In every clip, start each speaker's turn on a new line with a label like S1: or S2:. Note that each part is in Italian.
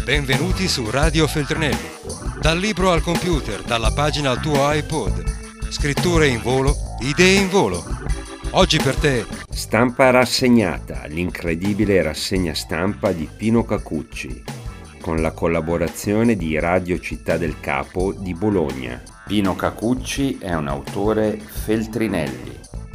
S1: Benvenuti su Radio Feltrinelli. Dal libro al computer, dalla pagina al tuo iPod. Scritture in volo, idee in volo. Oggi per te
S2: Stampa rassegnata, l'incredibile rassegna stampa di Pino Cacucci, con la collaborazione di Radio Città del Capo di Bologna. Pino Cacucci è un autore Feltrinelli.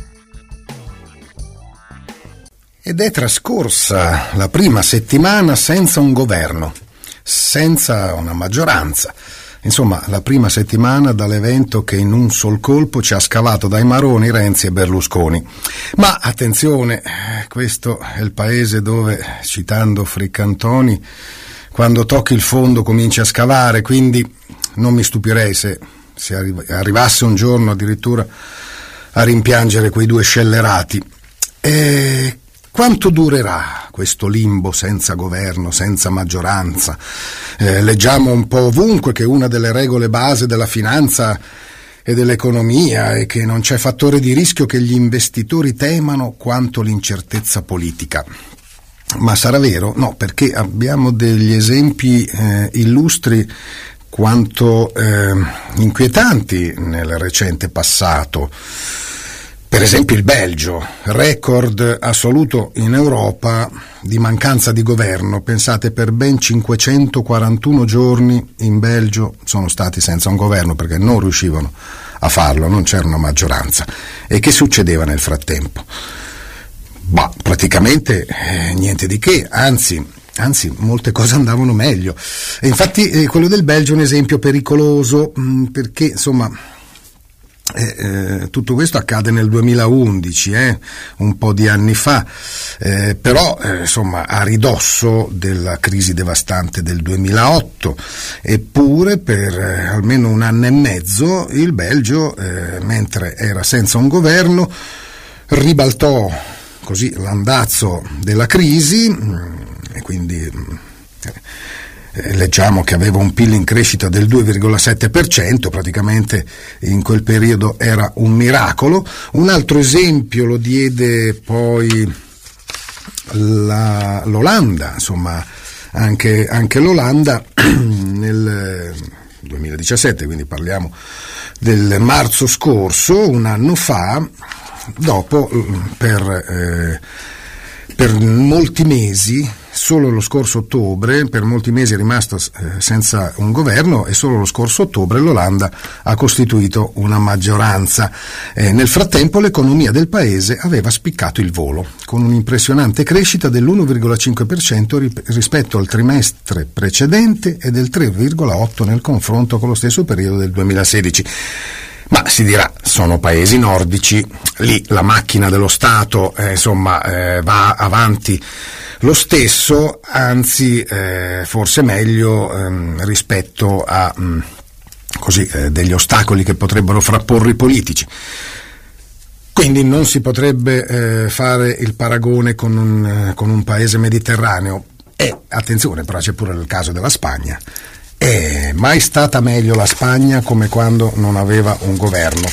S3: Ed è trascorsa la prima settimana senza un governo, senza una maggioranza. Insomma, la prima settimana dall'evento che in un sol colpo ci ha scavato dai maroni Renzi e Berlusconi. Ma attenzione, questo è il paese dove, citando Friccantoni, quando tocchi il fondo cominci a scavare, quindi non mi stupirei se arrivasse un giorno addirittura a rimpiangere quei due scellerati. E quanto durerà questo limbo senza governo, senza maggioranza? Leggiamo un po' ovunque che una delle regole base della finanza e dell'economia è che non c'è fattore di rischio che gli investitori temano quanto l'incertezza politica. Ma sarà vero? No, perché abbiamo degli esempi illustri quanto inquietanti nel recente passato. Per esempio il Belgio, record assoluto in Europa di mancanza di governo. Pensate, per ben 541 giorni in Belgio sono stati senza un governo perché non riuscivano a farlo, non c'era una maggioranza. E che succedeva nel frattempo? Praticamente niente di che, anzi molte cose andavano meglio. E infatti quello del Belgio è un esempio pericoloso perché insomma tutto questo accade nel 2011, un po' di anni fa, però insomma a ridosso della crisi devastante del 2008. Eppure per almeno un anno e mezzo il Belgio, mentre era senza un governo, ribaltò così l'andazzo della crisi e quindi leggiamo che aveva un PIL in crescita del 2,7%, praticamente in quel periodo era un miracolo. Un altro esempio lo diede poi l'Olanda, insomma anche l'Olanda nel 2017, quindi parliamo del marzo scorso, un anno fa, dopo per molti mesi, solo lo scorso ottobre, per molti mesi è rimasto senza un governo e solo lo scorso ottobre l'Olanda ha costituito una maggioranza. Nel frattempo l'economia del paese aveva spiccato il volo, con un'impressionante crescita dell'1,5% rispetto al trimestre precedente e del 3,8% nel confronto con lo stesso periodo del 2016. Ma si dirà, sono paesi nordici, lì la macchina dello Stato va avanti lo stesso, anzi forse meglio rispetto a degli ostacoli che potrebbero frapporre i politici. Quindi non si potrebbe fare il paragone con un paese mediterraneo. Attenzione, però c'è pure il caso della Spagna. È mai stata meglio la Spagna come quando non aveva un governo.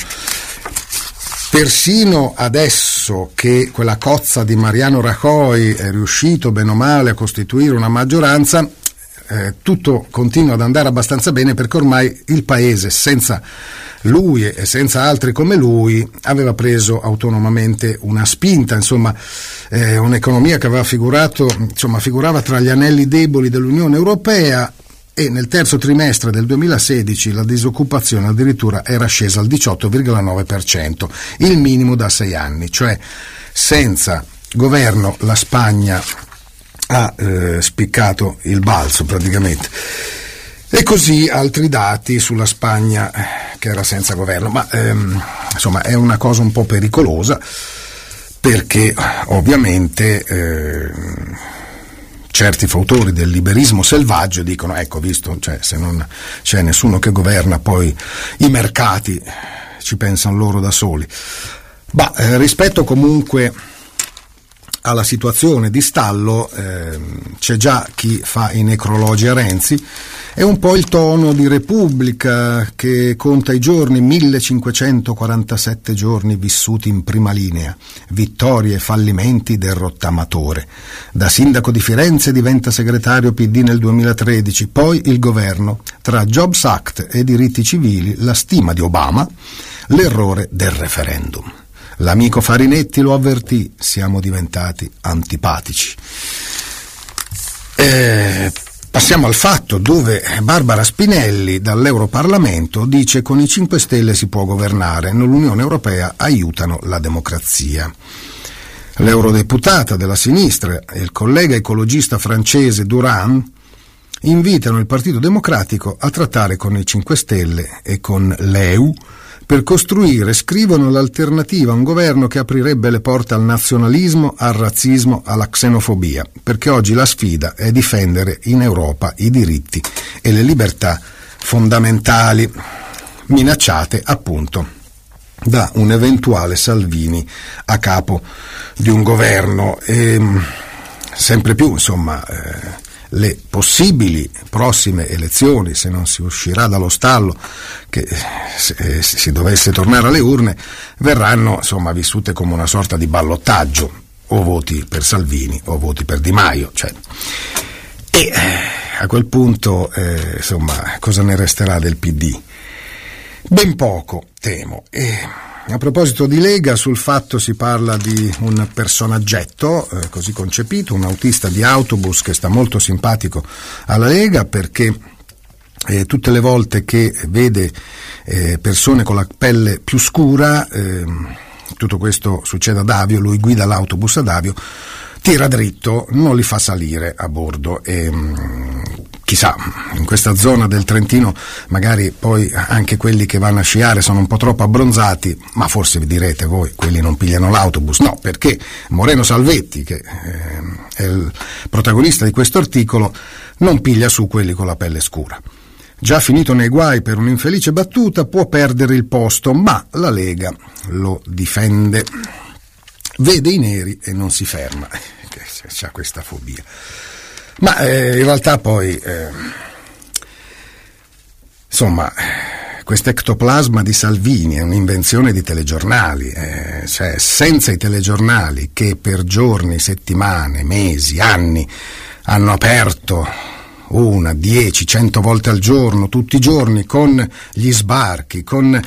S3: Persino adesso che quella cozza di Mariano Rajoy è riuscito bene o male a costituire una maggioranza, tutto continua ad andare abbastanza bene perché ormai il paese senza lui e senza altri come lui aveva preso autonomamente una spinta, un'economia che figurava tra gli anelli deboli dell'Unione Europea. E nel terzo trimestre del 2016 la disoccupazione addirittura era scesa al 18,9%, il minimo da 6 anni, cioè senza governo la Spagna ha spiccato il balzo praticamente. E così altri dati sulla Spagna che era senza governo, ma è una cosa un po' pericolosa perché ovviamente certi fautori del liberismo selvaggio dicono, se non c'è nessuno che governa, poi i mercati ci pensano loro da soli. Rispetto comunque alla situazione di stallo c'è già chi fa i necrologi a Renzi È un po' il tono di Repubblica, che conta i giorni, 1547 giorni vissuti in prima linea, vittorie e fallimenti del rottamatore. Da sindaco di Firenze diventa segretario PD nel 2013, poi il governo, tra Jobs Act e diritti civili, la stima di Obama, l'errore del referendum. L'amico Farinetti lo avvertì: siamo diventati antipatici. Passiamo al Fatto, dove Barbara Spinelli dall'Europarlamento dice: con i 5 Stelle si può governare, nell'Unione Europea aiutano la democrazia. L'eurodeputata della sinistra e il collega ecologista francese Durand invitano il Partito Democratico a trattare con i 5 Stelle e con l'EU per costruire, scrivono, l'alternativa a un governo che aprirebbe le porte al nazionalismo, al razzismo, alla xenofobia, perché oggi la sfida è difendere in Europa i diritti e le libertà fondamentali, minacciate appunto da un eventuale Salvini a capo di un governo. E sempre più, insomma, le possibili prossime elezioni, se non si uscirà dallo stallo, che se si dovesse tornare alle urne, verranno, insomma, vissute come una sorta di ballottaggio: o voti per Salvini o voti per Di Maio, e a quel punto insomma, cosa ne resterà del PD? Ben poco, temo. A proposito di Lega, sul Fatto si parla di un personaggetto così concepito, un autista di autobus che sta molto simpatico alla Lega, perché tutte le volte che vede persone con la pelle più scura, tutto questo succede ad Avio, lui guida l'autobus ad Avio, tira dritto, non li fa salire a bordo e chissà, in questa zona del Trentino magari poi anche quelli che vanno a sciare sono un po' troppo abbronzati, ma forse vi direte voi, quelli non pigliano l'autobus. No, perché Moreno Salvetti, che è il protagonista di questo articolo, non piglia su quelli con la pelle scura. Già finito nei guai per un'infelice battuta, può perdere il posto, ma la Lega lo difende. Vede i neri e non si ferma, c'ha questa fobia. Ma in realtà poi, insomma, questo ectoplasma di Salvini è un'invenzione di telegiornali, cioè senza i telegiornali che per giorni, settimane, mesi, anni hanno aperto 1, 10, 100 volte al giorno, tutti i giorni, con gli sbarchi, con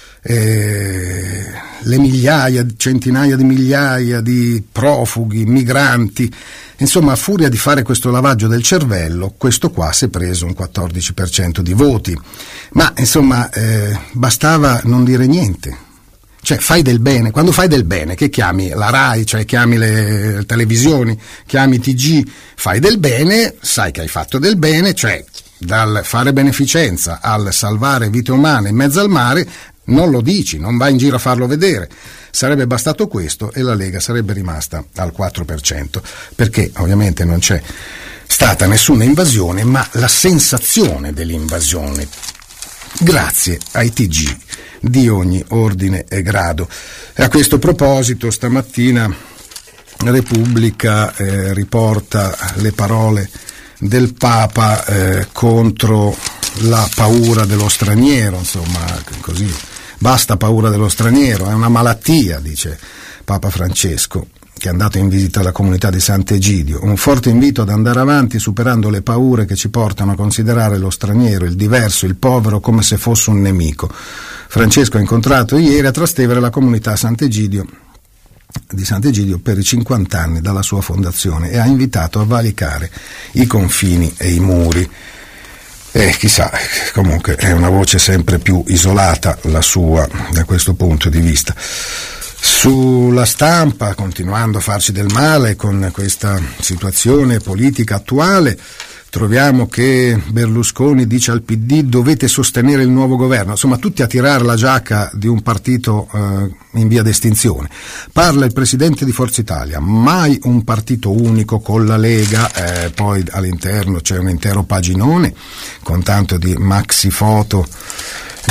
S3: le migliaia, centinaia di migliaia di profughi, migranti, insomma, a furia di fare questo lavaggio del cervello, questo qua si è preso un 14% di voti, ma insomma bastava non dire niente. Cioè, fai del bene, quando fai del bene, che chiami la RAI, cioè chiami le televisioni, chiami TG, fai del bene, sai che hai fatto del bene, cioè dal fare beneficenza al salvare vite umane in mezzo al mare, non lo dici, non vai in giro a farlo vedere. Sarebbe bastato questo e la Lega sarebbe rimasta al 4%, perché ovviamente non c'è stata nessuna invasione, ma la sensazione dell'invasione, grazie ai TG di ogni ordine e grado. E a questo proposito stamattina Repubblica riporta le parole del Papa contro la paura dello straniero, insomma, così, basta paura dello straniero, è una malattia, dice Papa Francesco, che è andato in visita alla comunità di Sant'Egidio. Un forte invito ad andare avanti superando le paure che ci portano a considerare lo straniero, il diverso, il povero come se fosse un nemico. Francesco ha incontrato ieri a Trastevere la comunità di Sant'Egidio per i 50 anni dalla sua fondazione e ha invitato a valicare i confini e i muri. E chissà, comunque è una voce sempre più isolata la sua da questo punto di vista. Sulla Stampa, continuando a farci del male con questa situazione politica attuale, troviamo che Berlusconi dice al PD: dovete sostenere il nuovo governo. Insomma, tutti a tirare la giacca di un partito in via d'estinzione. Parla il presidente di Forza Italia: mai un partito unico con la Lega. Poi all'interno c'è un intero paginone con tanto di maxi foto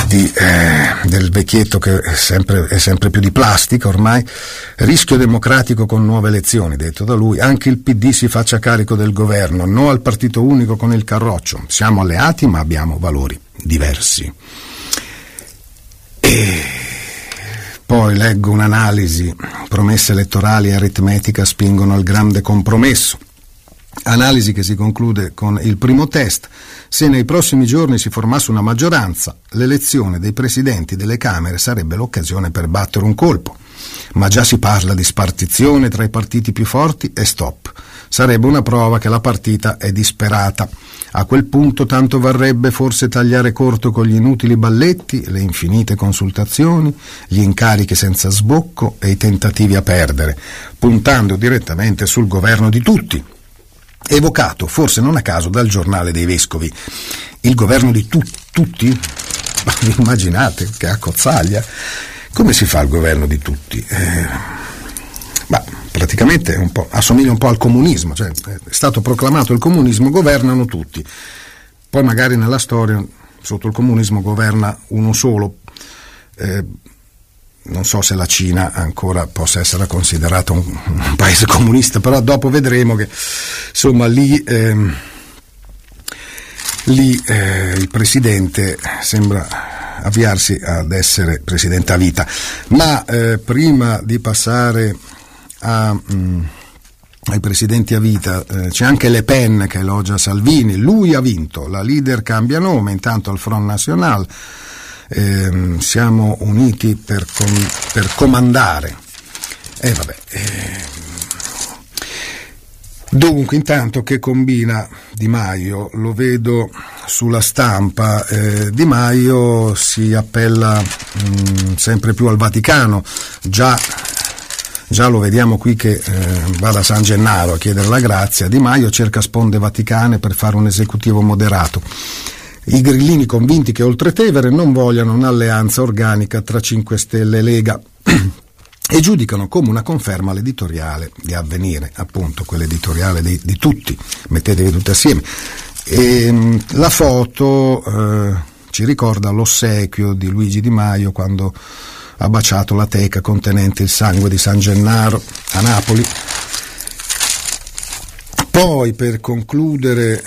S3: del vecchietto che è sempre più di plastica ormai. Rischio democratico con nuove elezioni, detto da lui. Anche il PD si faccia carico del governo, no al partito unico con il Carroccio. Siamo alleati ma abbiamo valori diversi. E poi leggo un'analisi: promesse elettorali e aritmetica spingono al grande compromesso. Analisi che si conclude con il primo test: se nei prossimi giorni si formasse una maggioranza, l'elezione dei presidenti delle Camere sarebbe l'occasione per battere un colpo. Ma già si parla di spartizione tra i partiti più forti e stop. Sarebbe una prova che la partita è disperata. A quel punto tanto varrebbe forse tagliare corto con gli inutili balletti, le infinite consultazioni, gli incarichi senza sbocco e i tentativi a perdere, puntando direttamente sul governo di tutti. Evocato forse non a caso dal Giornale dei Vescovi. Il governo di tutti? Ma vi immaginate che accozzaglia? Come si fa il governo di tutti? Praticamente assomiglia un po' al comunismo, cioè è stato proclamato il comunismo, governano tutti. Poi magari nella storia sotto il comunismo governa uno solo. Non so se la Cina ancora possa essere considerata un paese comunista, però dopo vedremo che insomma lì il presidente sembra avviarsi ad essere presidente a vita. Ma prima di passare ai presidenti a vita, c'è anche Le Pen che elogia Salvini. Lui ha vinto, la leader cambia nome, intanto al Front National. Siamo uniti per comandare. Dunque, intanto che combina Di Maio? Lo vedo sulla stampa. Di Maio si appella sempre più al Vaticano. Già lo vediamo qui che va da San Gennaro a chiedere la grazia. Di Maio cerca sponde vaticane per fare un esecutivo moderato. I grillini convinti che oltre Tevere non vogliano un'alleanza organica tra 5 Stelle e Lega e giudicano come una conferma l'editoriale di Avvenire, appunto quell'editoriale di tutti, mettetevi tutti assieme. E la foto ci ricorda l'ossequio di Luigi Di Maio quando ha baciato la teca contenente il sangue di San Gennaro a Napoli. Poi, per concludere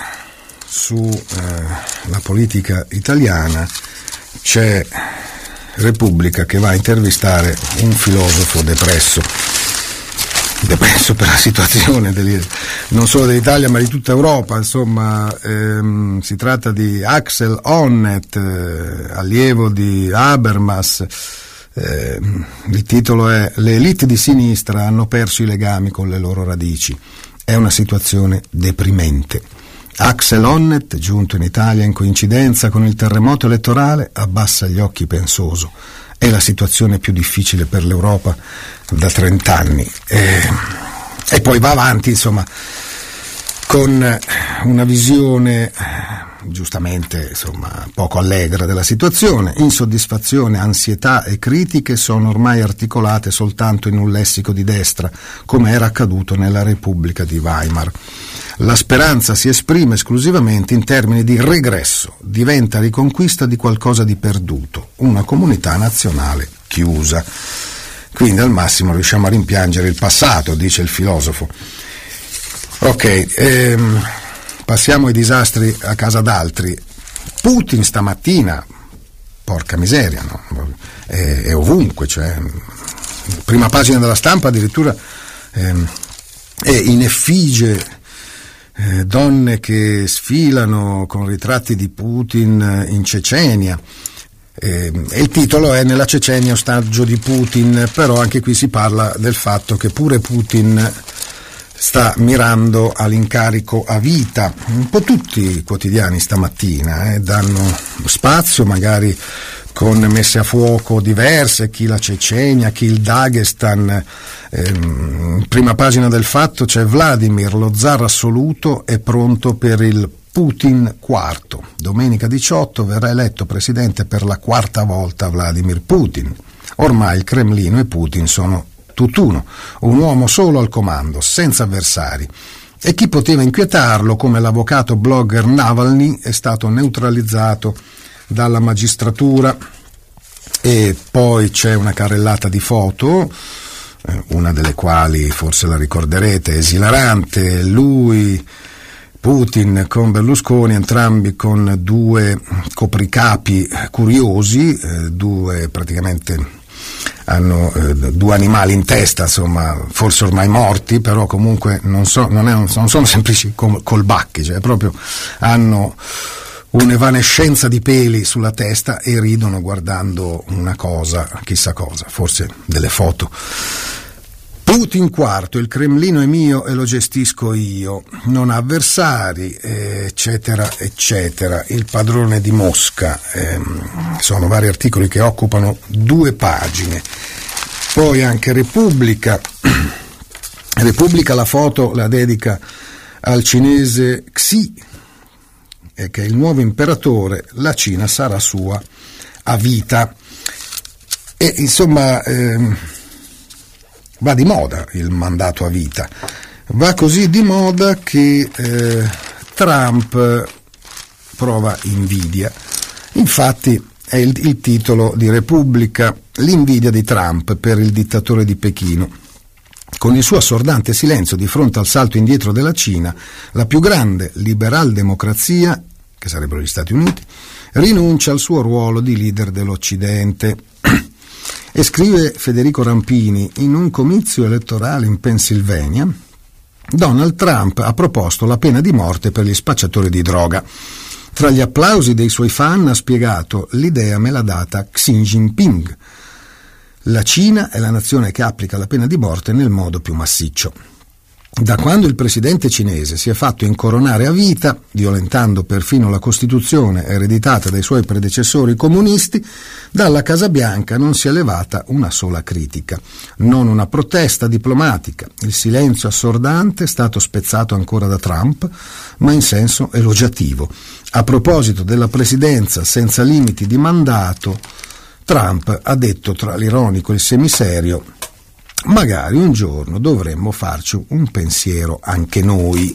S3: la politica italiana, c'è Repubblica che va a intervistare un filosofo depresso per la situazione non solo dell'Italia ma di tutta Europa. Insomma, si tratta di Axel Honneth, allievo di Habermas. Il titolo è "Le elite di sinistra hanno perso i legami con le loro radici". È una situazione deprimente. Axel Honneth, giunto in Italia in coincidenza con il terremoto elettorale, abbassa gli occhi pensoso. È la situazione più difficile per l'Europa da 30 anni. E poi va avanti, insomma, con una visione giustamente, insomma, poco allegra della situazione. Insoddisfazione, ansietà e critiche sono ormai articolate soltanto in un lessico di destra, come era accaduto nella Repubblica di Weimar. La speranza si esprime esclusivamente in termini di regresso, diventa riconquista di qualcosa di perduto, una comunità nazionale chiusa. Quindi al massimo riusciamo a rimpiangere il passato, dice il filosofo. Ok, passiamo ai disastri a casa d'altri. Putin stamattina, porca miseria, no? È ovunque, cioè, prima pagina della stampa addirittura è in effigie. Donne che sfilano con ritratti di Putin in Cecenia, e il titolo è "Nella Cecenia ostaggio di Putin", però anche qui si parla del fatto che pure Putin sta mirando all'incarico a vita. Un po' tutti i quotidiani stamattina danno spazio, magari con messe a fuoco diverse, chi la Cecenia, chi il Dagestan. Prima pagina del Fatto c'è Vladimir, lo zar assoluto, è pronto per il Putin IV. Domenica 18 verrà eletto presidente per la 4ª volta Vladimir Putin. Ormai il Cremlino e Putin sono tutt'uno, un uomo solo al comando, senza avversari. E chi poteva inquietarlo, come l'avvocato blogger Navalny, è stato neutralizzato dalla magistratura, e poi c'è una carrellata di foto, una delle quali forse la ricorderete, esilarante, lui, Putin con Berlusconi, entrambi con due copricapi curiosi, due praticamente hanno due animali in testa, insomma, forse ormai morti, però comunque non sono semplici colbacchi, cioè proprio hanno un'evanescenza di peli sulla testa e ridono guardando una cosa, chissà cosa, forse delle foto. Putin quarto, il Cremlino è mio e lo gestisco io, non ha avversari, eccetera, eccetera. Il padrone di Mosca, sono vari articoli che occupano 2 pagine. Poi anche Repubblica, la foto la dedica al cinese Xi, che è il nuovo imperatore, la Cina sarà sua a vita. E insomma va di moda il mandato a vita, va così di moda che Trump prova invidia. Infatti è il titolo di Repubblica, l'invidia di Trump per il dittatore di Pechino. Con il suo assordante silenzio di fronte al salto indietro della Cina, la più grande liberal democrazia, che sarebbero gli Stati Uniti, rinuncia al suo ruolo di leader dell'Occidente. E scrive Federico Rampini, in un comizio elettorale in Pennsylvania, Donald Trump ha proposto la pena di morte per gli spacciatori di droga. Tra gli applausi dei suoi fan ha spiegato: l'idea me l'ha data Xi Jinping. La Cina è la nazione che applica la pena di morte nel modo più massiccio. Da quando il presidente cinese si è fatto incoronare a vita, violentando perfino la Costituzione ereditata dai suoi predecessori comunisti, dalla Casa Bianca non si è levata una sola critica, non una protesta diplomatica. Il silenzio assordante è stato spezzato ancora da Trump, ma in senso elogiativo. A proposito della presidenza senza limiti di mandato, Trump ha detto tra l'ironico e il semiserio: magari un giorno dovremmo farci un pensiero anche noi.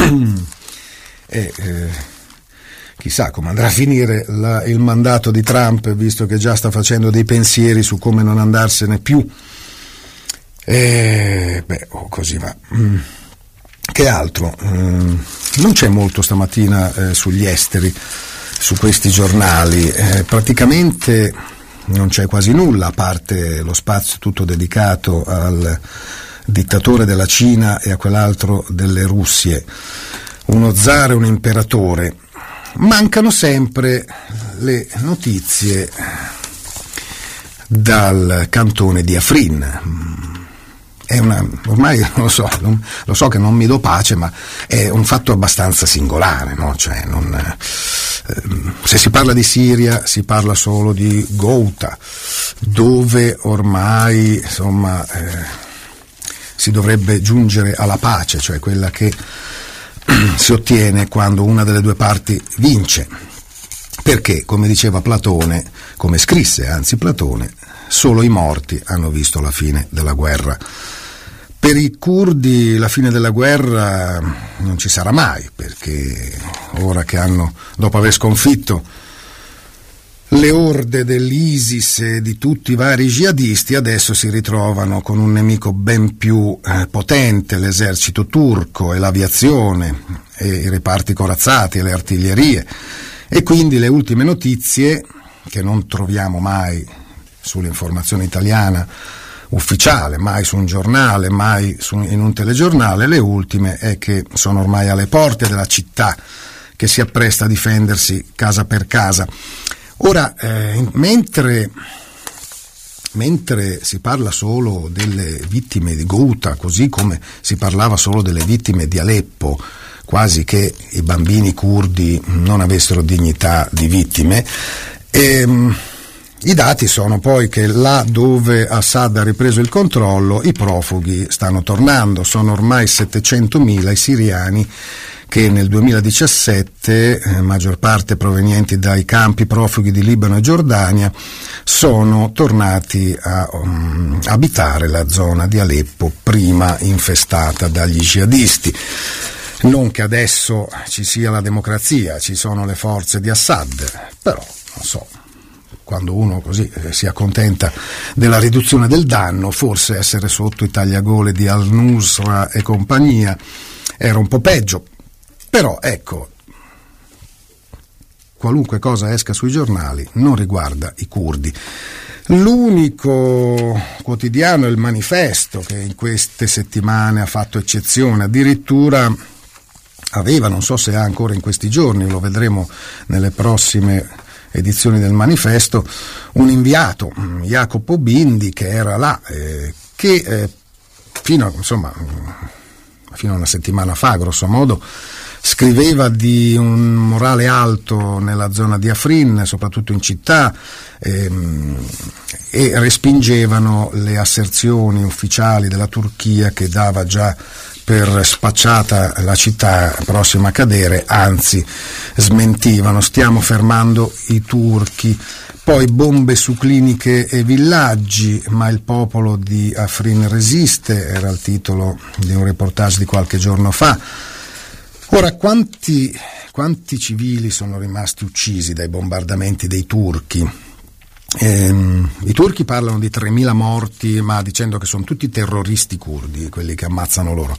S3: Chissà come andrà a finire il mandato di Trump, visto che già sta facendo dei pensieri su come non andarsene più. Così va. Che altro? Non c'è molto stamattina sugli esteri, su questi giornali. Praticamente non c'è quasi nulla, a parte lo spazio tutto dedicato al dittatore della Cina e a quell'altro delle Russie, uno zar e un imperatore. Mancano sempre le notizie dal cantone di Afrin. Ormai lo so che non mi do pace, ma è un fatto abbastanza singolare, no? Cioè, se si parla di Siria si parla solo di Ghouta, dove ormai insomma si dovrebbe giungere alla pace, cioè quella che si ottiene quando una delle due parti vince, perché, come diceva Platone, come scrisse anzi Platone, solo i morti hanno visto la fine della guerra. Per i curdi la fine della guerra non ci sarà mai, perché ora che dopo aver sconfitto le orde dell'ISIS e di tutti i vari jihadisti, adesso si ritrovano con un nemico ben più potente, l'esercito turco e l'aviazione e i reparti corazzati e le artiglierie, e quindi le ultime notizie, che non troviamo mai sull'informazione italiana ufficiale, mai su un giornale, mai in un telegiornale, le ultime è che sono ormai alle porte della città che si appresta a difendersi casa per casa. Ora, mentre si parla solo delle vittime di Ghouta, così come si parlava solo delle vittime di Aleppo, quasi che i bambini curdi non avessero dignità di vittime, i dati sono poi che là dove Assad ha ripreso il controllo i profughi stanno tornando, sono ormai 700.000 i siriani che nel 2017, maggior parte provenienti dai campi profughi di Libano e Giordania, sono tornati a abitare la zona di Aleppo prima infestata dagli jihadisti. Non che adesso ci sia la democrazia, ci sono le forze di Assad, però non so, quando uno così si accontenta della riduzione del danno, forse essere sotto i tagliagole di Al-Nusra e compagnia era un po' peggio. Però ecco, qualunque cosa esca sui giornali non riguarda i curdi. L'unico quotidiano è il Manifesto, che in queste settimane ha fatto eccezione, addirittura aveva, non so se ha ancora in questi giorni, lo vedremo nelle prossime edizioni del Manifesto, un inviato, Jacopo Bindi, che era là, che fino a una settimana fa, grosso modo, scriveva di un morale alto nella zona di Afrin, soprattutto in città, e respingevano le asserzioni ufficiali della Turchia che dava già per spacciata la città prossima a cadere, anzi smentivano: stiamo fermando i turchi. Poi bombe su cliniche e villaggi, ma il popolo di Afrin resiste, era il titolo di un reportage di qualche giorno fa. Ora, quanti civili sono rimasti uccisi dai bombardamenti dei turchi? I turchi parlano di 3.000 morti, ma dicendo che sono tutti terroristi curdi, quelli che ammazzano loro.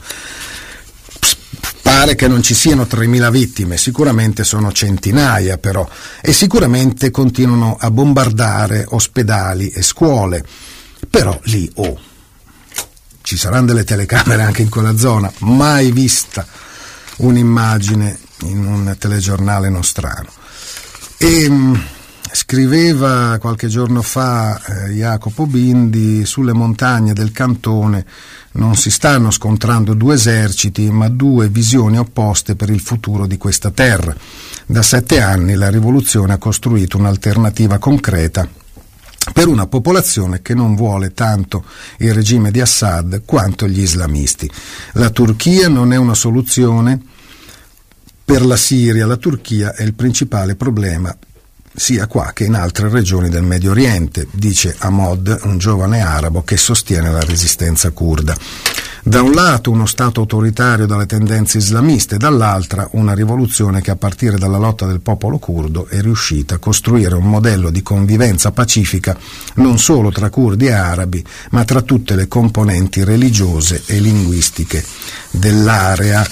S3: Pare che non ci siano 3.000 vittime, sicuramente sono centinaia però, e sicuramente continuano a bombardare ospedali e scuole. Però lì, ci saranno delle telecamere anche in quella zona, mai vista un'immagine in un telegiornale nostrano. E scriveva qualche giorno fa Jacopo Bindi: sulle montagne del cantone non si stanno scontrando due eserciti, ma due visioni opposte per il futuro di questa terra. Da 7 anni la rivoluzione ha costruito un'alternativa concreta per una popolazione che non vuole tanto il regime di Assad quanto gli islamisti. La Turchia non è una soluzione per la Siria, la Turchia è il principale problema sia qua che in altre regioni del Medio Oriente, dice Ahmad, un giovane arabo che sostiene la resistenza curda. Da un lato uno Stato autoritario dalle tendenze islamiste, dall'altra una rivoluzione che a partire dalla lotta del popolo curdo è riuscita a costruire un modello di convivenza pacifica non solo tra curdi e arabi, ma tra tutte le componenti religiose e linguistiche dell'area.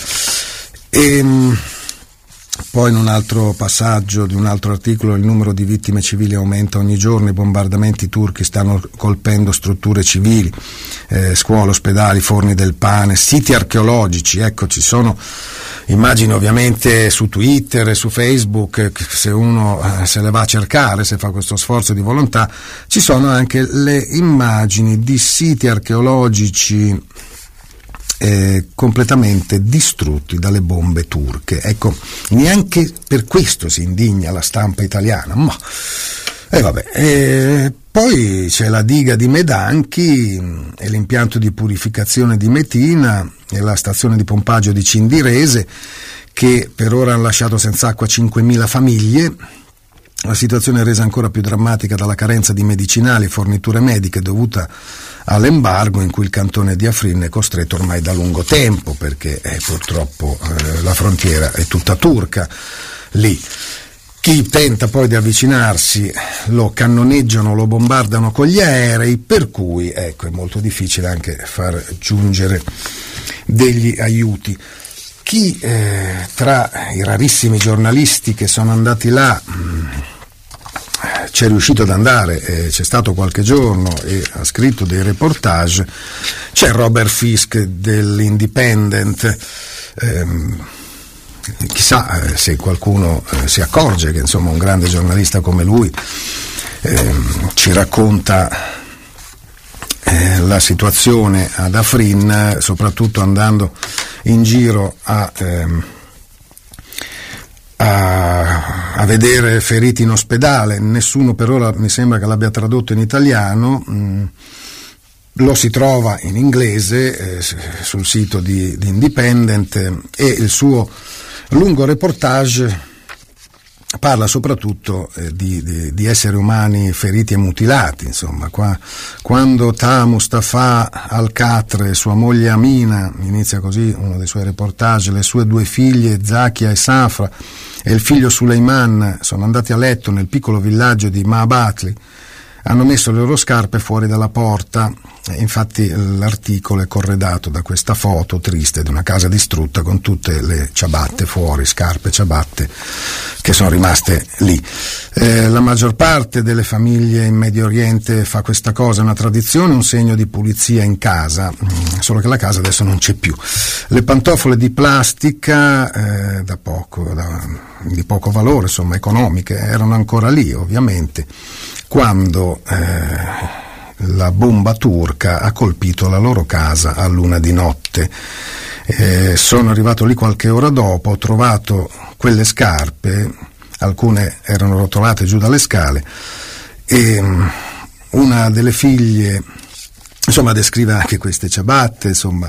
S3: Poi in un altro passaggio di un altro articolo: il numero di vittime civili aumenta ogni giorno, i bombardamenti turchi stanno colpendo strutture civili, scuole, ospedali, forni del pane, siti archeologici. Ecco, ci sono immagini ovviamente su Twitter e su Facebook, se uno se le va a cercare, se fa questo sforzo di volontà, ci sono anche le immagini di siti archeologici completamente distrutti dalle bombe turche. Ecco, neanche per questo si indigna la stampa italiana, ma poi c'è la diga di Medanchi e l'impianto di purificazione di Metina e la stazione di pompaggio di Cindirese, che per ora hanno lasciato senza acqua 5.000 famiglie. La situazione è resa ancora più drammatica dalla carenza di medicinali e forniture mediche dovuta all'embargo in cui il cantone di Afrin è costretto ormai da lungo tempo, perché purtroppo la frontiera è tutta turca lì. Chi tenta poi di avvicinarsi lo cannoneggiano, lo bombardano con gli aerei, per cui è molto difficile anche far giungere degli aiuti. Chi tra i rarissimi giornalisti che sono andati là c'è riuscito ad andare, c'è stato qualche giorno e ha scritto dei reportage, c'è Robert Fisk dell'Independent. Chissà se qualcuno si accorge che insomma un grande giornalista come lui ci racconta la situazione ad Afrin, soprattutto andando in giro a vedere feriti in ospedale. Nessuno per ora mi sembra che l'abbia tradotto in italiano, lo si trova in inglese sul sito di Independent, e il suo lungo reportage parla soprattutto di esseri umani feriti e mutilati. Insomma, quando Mustafa al-Katre e sua moglie Amina, inizia così uno dei suoi reportage, le sue 2 figlie Zakia e Safra e il figlio Suleiman sono andati a letto nel piccolo villaggio di Maabatli, hanno messo le loro scarpe fuori dalla porta. Infatti l'articolo è corredato da questa foto triste di una casa distrutta con tutte le ciabatte fuori, scarpe, ciabatte, che sono rimaste lì. La maggior parte delle famiglie in Medio Oriente fa questa cosa, è una tradizione, un segno di pulizia in casa, solo che la casa adesso non c'è più. Le pantofole di plastica di poco valore, insomma, economiche, erano ancora lì, ovviamente, quando la bomba turca ha colpito la loro casa a luna di notte. Sono arrivato lì qualche ora dopo, ho trovato quelle scarpe, alcune erano rotolate giù dalle scale, e una delle figlie, insomma, descrive anche queste ciabatte, insomma,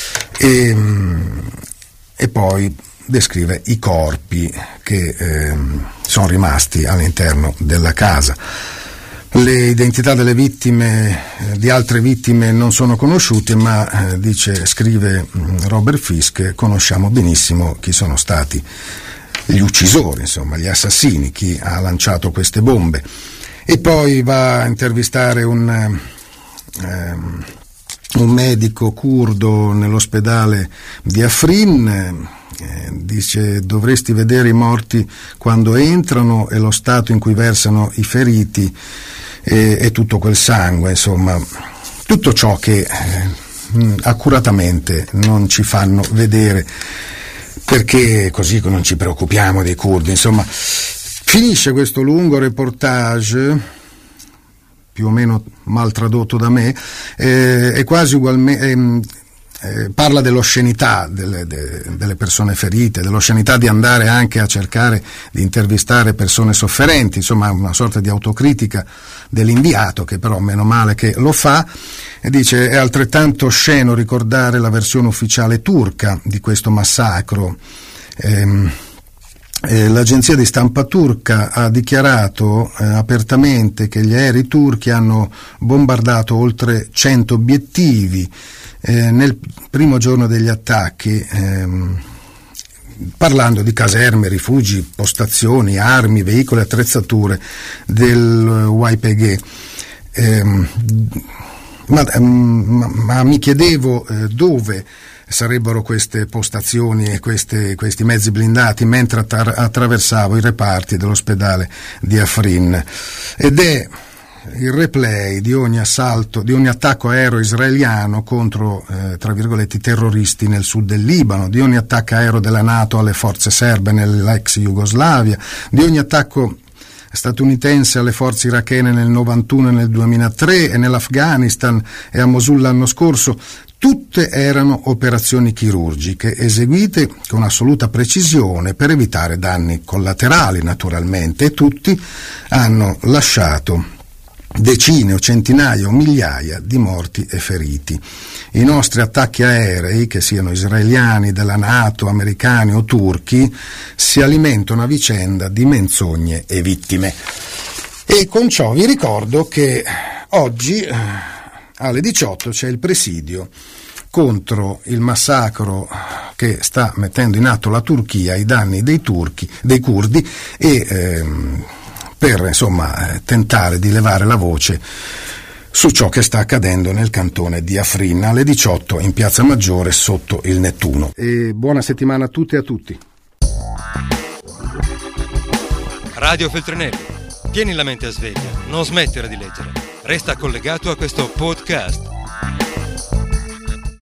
S3: e poi descrive i corpi che sono rimasti all'interno della casa. Le identità delle vittime, di altre vittime, non sono conosciute, ma scrive Robert Fisk, conosciamo benissimo chi sono stati gli uccisori, insomma, gli assassini, chi ha lanciato queste bombe. E poi va a intervistare un medico curdo nell'ospedale di Afrin. Dice: dovresti vedere i morti quando entrano e lo stato in cui versano i feriti e tutto quel sangue, insomma, tutto ciò che accuratamente non ci fanno vedere, perché così non ci preoccupiamo dei curdi. Insomma, finisce questo lungo reportage, più o meno mal tradotto da me, è quasi ugualmente. Parla dell'oscenità delle persone ferite, dell'oscenità di andare anche a cercare di intervistare persone sofferenti, insomma una sorta di autocritica dell'inviato, che però meno male che lo fa, e dice: è altrettanto osceno ricordare la versione ufficiale turca di questo massacro. L'agenzia di stampa turca ha dichiarato apertamente che gli aerei turchi hanno bombardato oltre 100 obiettivi nel primo giorno degli attacchi, parlando di caserme, rifugi, postazioni, armi, veicoli, attrezzature del YPG. Ma mi chiedevo dove sarebbero queste postazioni e questi mezzi blindati mentre attraversavo i reparti dell'ospedale di Afrin, ed è il replay di ogni attacco aereo israeliano contro tra virgolette terroristi nel sud del Libano, di ogni attacco aereo della NATO alle forze serbe nell'ex Jugoslavia, di ogni attacco statunitense alle forze irachene nel 91 e nel 2003 e nell'Afghanistan e a Mosul l'anno scorso. Tutte erano operazioni chirurgiche eseguite con assoluta precisione per evitare danni collaterali, naturalmente, e tutti hanno lasciato decine o centinaia o migliaia di morti e feriti. I nostri attacchi aerei, che siano israeliani, della NATO, americani o turchi, si alimentano a vicenda di menzogne e vittime. E con ciò vi ricordo che oggi alle 18 c'è il presidio contro il massacro che sta mettendo in atto la Turchia ai danni dei curdi, e per tentare di levare la voce su ciò che sta accadendo nel cantone di Afrin, alle 18 in Piazza Maggiore sotto il Nettuno. E buona settimana a tutte e a tutti.
S1: Radio Feltrinelli, tieni la mente a sveglia, non smettere di leggere, resta collegato a questo podcast.